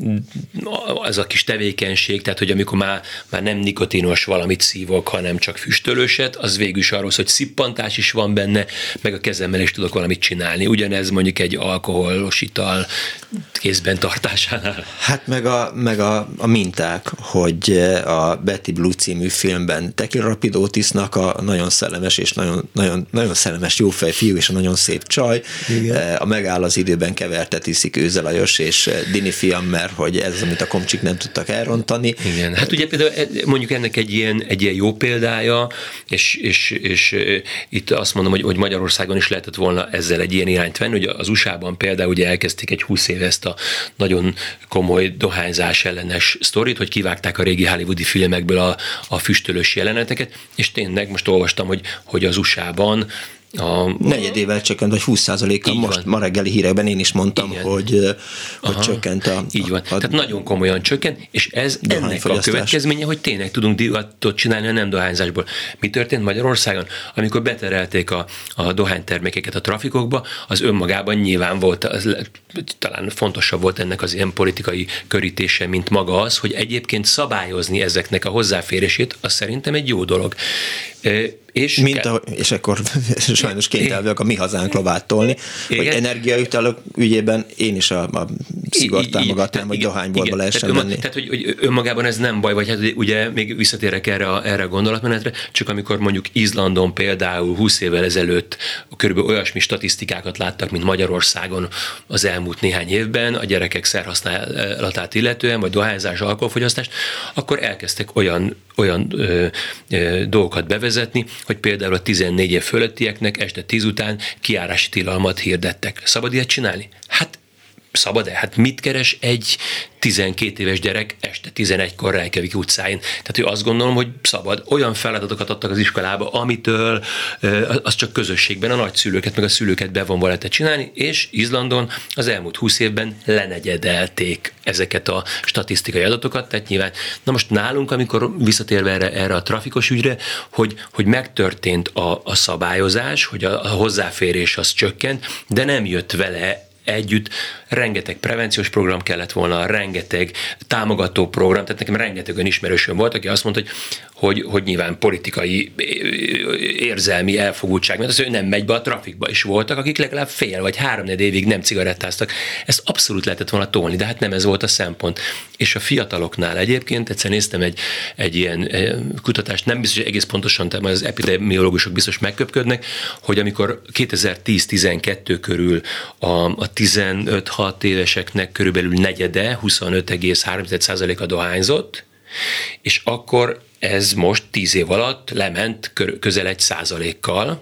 ez a kis tevékenység, tehát hogy amikor már, már nem nikotinos valamit szívok, hanem csak füstölőset, az végül is arról szól, hogy szippantás is van benne, meg a kezemmel is tudok valamit csinálni. Ugyanez mondjuk egy alkoholos ital kézben tartásánál. Hát meg a, meg a, a minták, hogy a Betty Blue című filmben Tequila Rapidotisnak a nagyon szellemes és nagyon, nagyon, nagyon szellemes jófej fiú és a nagyon szép csaj, igen. A megáll az időben kevertet iszik Őze Lajos és Dini fiam, mert hogy ez, amit a komcsik nem tudtak elrontani. Igen, hát ugye például mondjuk ennek egy ilyen, egy ilyen jó példája, és, és, és itt azt mondom, hogy, hogy Magyarországon is lehetett volna ezzel egy ilyen irányt venni, hogy az u es á-ban például ugye elkezdték egy húsz éve ezt a nagyon komoly dohányzás ellenes sztorit, hogy kivágták a régi hollywoodi filmekből a, a füstölős jeleneteket, és tényleg most olvastam, hogy, hogy az u es á-ban a negyedével csökkent, vagy húsz százalékkal. Most van. Ma reggeli hírekben én is mondtam, igen. hogy, hogy Aha, csökkent a... Így van. A, Tehát nagyon komolyan csökkent, és ez ennek a következménye, hogy tényleg tudunk divatot csinálni a nem dohányzásból. Mi történt Magyarországon? Amikor beterelték a, a dohánytermékeket a trafikokba, az önmagában nyilván volt, az, talán fontosabb volt ennek az ilyen politikai körítése, mint maga az, hogy egyébként szabályozni ezeknek a hozzáférését, az szerintem egy jó dolog. És, Mint a, és akkor sajnos kénytelen a mi hazánk lovát tolni, igen. Hogy energiaütalok ügyében én is a, a szigort támogatnám, hogy dohányboltba lehessen tehát menni. Tehát, hogy, hogy önmagában ez nem baj, vagy hát ugye még visszatérek erre a, erre a gondolatmenetre, csak amikor mondjuk Izlandon például húsz évvel ezelőtt körülbelül olyasmi statisztikákat láttak, mint Magyarországon az elmúlt néhány évben, a gyerekek szerhasználatát illetően, vagy dohányzás, alkoholfogyasztást, akkor elkezdtek olyan, olyan ö, ö, dolgokat bevezetni, hogy például a tizennégy év fölöttieknek este tíz után kijárási tilalmat hirdettek. Szabad ilyet csinálni? Hát szabad-e? Hát mit keres egy tizenkét éves gyerek este tizenegykor Reykjavik utcáin? Tehát ő azt gondolom, hogy szabad. Olyan feladatokat adtak az iskolába, amitől az csak közösségben a nagyszülőket, meg a szülőket bevonva lehetett csinálni, és Izlandon az elmúlt húsz évben lenegyedelték ezeket a statisztikai adatokat, tehát nyilván. Na most nálunk, amikor visszatérve erre, erre a trafikos ügyre, hogy, hogy megtörtént a, a szabályozás, hogy a, a hozzáférés az csökkent, de nem jött vele együtt rengeteg prevenciós program kellett volna, rengeteg támogató program, tehát nekem rengeteg olyan ismerősöm volt, aki azt mondta, hogy, hogy, hogy nyilván politikai érzelmi elfogultság, mert az ő nem megy be a trafikba, is voltak, akik legalább fél vagy három-négy évig nem cigarettáztak. Ezt abszolút lehetett volna tolni, de hát nem ez volt a szempont. És a fiataloknál egyébként, egyszer néztem egy, egy ilyen kutatást, nem biztos, hogy egész pontosan, tehát az epidemiológusok biztos megköpködnek, hogy amikor kétezer-tíz-tizenkettő körül a, a tizenöt-hat éveseknek körülbelül negyede, huszonöt egész három százaléka dohányzott, és akkor ez most tíz év alatt lement közel egy százalékkal,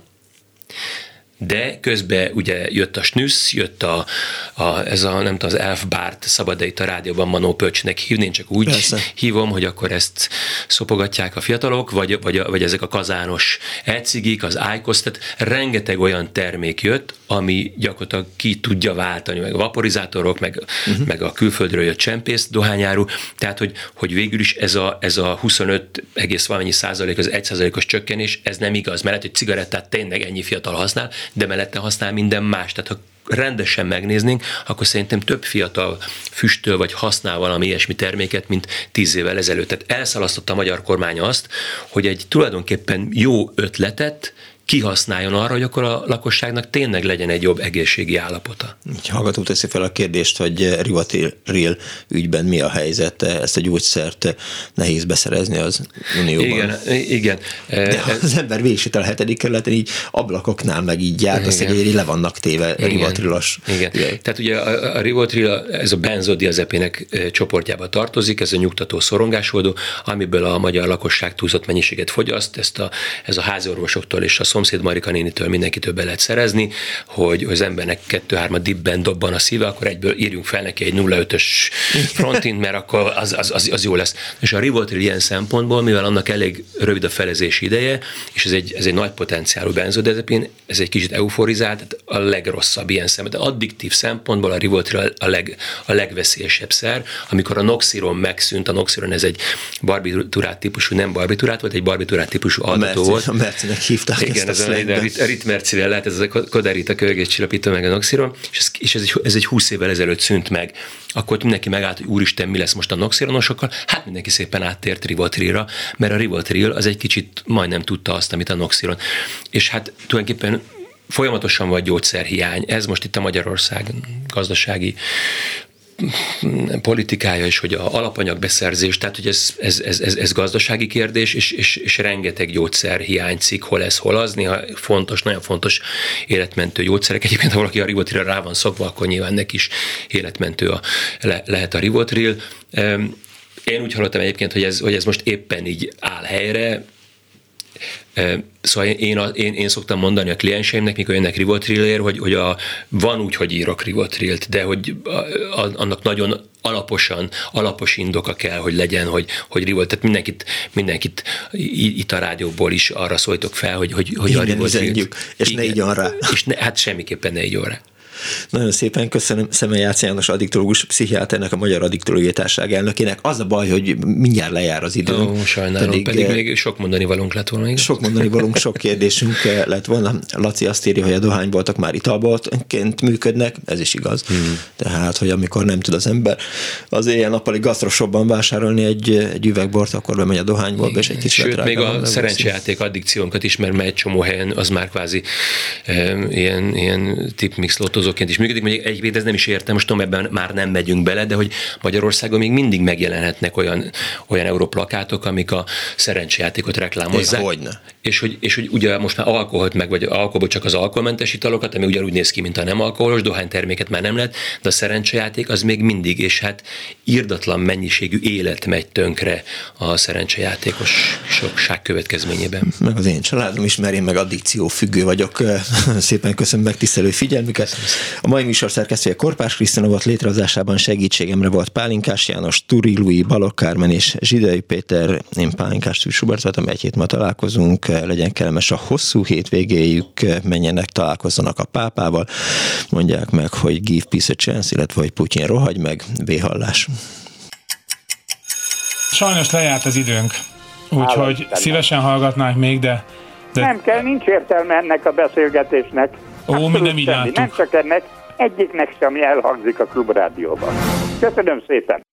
de közben ugye jött a snüsz, jött a, a, ez a, nem tudom, az Elfbárt, szabad-e itt a rádióban Manó Pölcsnek hívni, én csak úgy Persze. hívom, hogy akkor ezt szopogatják a fiatalok, vagy, vagy, vagy ezek a kazános elcigik, az ájkosz, tehát rengeteg olyan termék jött, ami gyakorlatilag ki tudja váltani, meg a vaporizátorok, meg, uh-huh. meg a külföldről jött csempész dohányáru, tehát hogy, hogy végül is ez a, ez a huszonöt egész valamennyi százalék, az egy százalékos csökkenés, ez nem igaz, mert hogy cigarettát tényleg ennyi fiatal használ, de mellette használ minden más. Tehát ha rendesen megnéznénk, akkor szerintem több fiatal füstöl vagy használ valami ilyesmi terméket, mint tíz évvel ezelőtt. Tehát elszalasztotta a magyar kormány azt, hogy egy tulajdonképpen jó ötletet kihasználjon arra, hogy akkor a lakosságnak tényleg legyen egy jobb egészségi állapota. Így hallgató teszi fel a kérdést, hogy Rivotril ügyben mi a helyzet, ezt a gyógyszert nehéz beszerezni az Unióban. Igen, igen. De az ember végig a hetedik kerületen így ablakoknál meg így járt, azt így le vannak téve Rivotrilos. Igen. igen. Tehát ugye a, a Rivotril, ez a benzodiazepének csoportjába tartozik, ez a nyugtató szorongásoldó, amiből a magyar lakosság túlzott mennyiséget fogyaszt, ezt a, ez a háziorvosoktól és a szomszéd Marika nénitől mindenkitől be lehet szerezni, hogy az embernek kettő-három dibben dobban a szíve, akkor egyből írjunk fel neki egy nulla egész ötös frontint, mert akkor az, az, az, az jó lesz. És a Rivotril ilyen szempontból, mivel annak elég rövid a felezési ideje, és ez egy, ez egy nagy potenciálú benzodiazepin, ez egy kicsit euforizált, tehát a legrosszabb ilyen szempontból. De addiktív szempontból a Rivotril a, leg, a legveszélyesebb szer. Amikor a noxiron megszűnt, a noxiron ez egy barbiturát típusú, nem barbiturát volt, egy barbiturát típusú altató volt. A Mercinek hívták. Igen, ez a, a ritmercivel lehet, ez a kodarit, a kölgéscsillapító, meg a noxiron, és, ez, és ez, egy, ez egy húsz évvel ezelőtt szűnt meg. Akkor mindenki megállt, hogy úristen, mi lesz most a noxironosokkal? Hát mindenki szépen áttért Rivotrilra, mert a Rivotril az egy kicsit majdnem tudta azt, amit a noxiron. És hát tulajdonképpen folyamatosan vagy gyógyszerhiány. Ez most itt a Magyarország gazdasági politikája is, hogy a alapanyagbeszerzés, tehát hogy ez, ez, ez, ez, ez gazdasági kérdés, és, és, és rengeteg gyógyszer hiányzik, hol ez, hol az, néha fontos, nagyon fontos életmentő gyógyszerek. Egyébként, ha valaki a Rivotrilra rá van szokva, akkor nyilván neki is életmentő a, le, lehet a Rivotril. Én úgy hallottam egyébként, hogy ez, hogy ez most éppen így áll helyre. Szóval én, én, én szoktam mondani a klienseimnek, mikor jönnek Rivotrilért, hogy, hogy a, van úgy, hogy írok Rivotrilt, de hogy a, a, annak nagyon alaposan, alapos indoka kell, hogy legyen, hogy, hogy Rivotril, tehát mindenkit, mindenkit itt a rádióból is arra szóltok fel, hogy, hogy, hogy a Rivotril. És ne igyon rá. És ne, hát semmiképpen ne igyon rá. Nagyon szépen köszönöm Szemei Ács János addiktológus pszichiáternek, a Magyar Addiktológiai Társaság elnökének. Az a baj, hogy mindjárt lejár az idő. Ó, sajnálom, pedig, pedig még sok mondani valónk lett volna. Igaz? Sok mondani valónk, sok kérdésünk lett volna. Laci azt írja, hogy a dohányboltok már italboltként működnek, ez is igaz. Hmm. Tehát, hogy amikor nem tud az ember az éjjel-nappali gasztroshopban vásárolni egy, egy üvegbort, akkor bemegy a dohányboltba, és egy kicsit sőt, még a szerencsejáték addikciónkat is, mert egy csomó helyen az már kvázi e, ilyen, ilyen tipmix lotozóként is működik. Mondjuk egyébként ez nem is értem, most tudom, ebben már nem megyünk bele, de hogy Magyarországon még mindig megjelenhetnek olyan, olyan europlakátok, amik a szerencsejátékot reklámozzák. Hogyne. És hogy, és hogy ugye most már alkoholt meg, vagy alkoholból csak az alkoholmentes italokat, ami ugyanúgy néz ki, mint a nem alkoholos, dohányterméket már nem lehet, de a szerencsejáték az még mindig, és hát irdatlan mennyiségű élet megy tönkre a szerencsejátékos sokság következményében. Meg az én családom is, mert én meg addikció függő vagyok. Szépen köszönöm megtisztelő figyelmüket. A mai műsor szerkesztője Korpás Krisztina volt, létrehozásában segítségemre volt Pálinkás János, Turi Lui, Balogh Kármen és Zsidai Péter. Én Pálinkás Szűcs Hubert voltam, egy hét ma találkozunk. Legyen kellemes a hosszú hétvégéjük, menjenek, találkozzanak a pápával, mondják meg, hogy give peace a chance, illetve hogy Putyin rohagy meg, véhallás. Sajnos lejárt az időnk, úgyhogy szívesen hallgatnánk még, de, de... Nem kell, nincs értelme ennek a beszélgetésnek. Ó, mi nem így láttuk. Nem csak ennek, egyiknek sem elhangzik a Klubrádióban. Köszönöm szépen!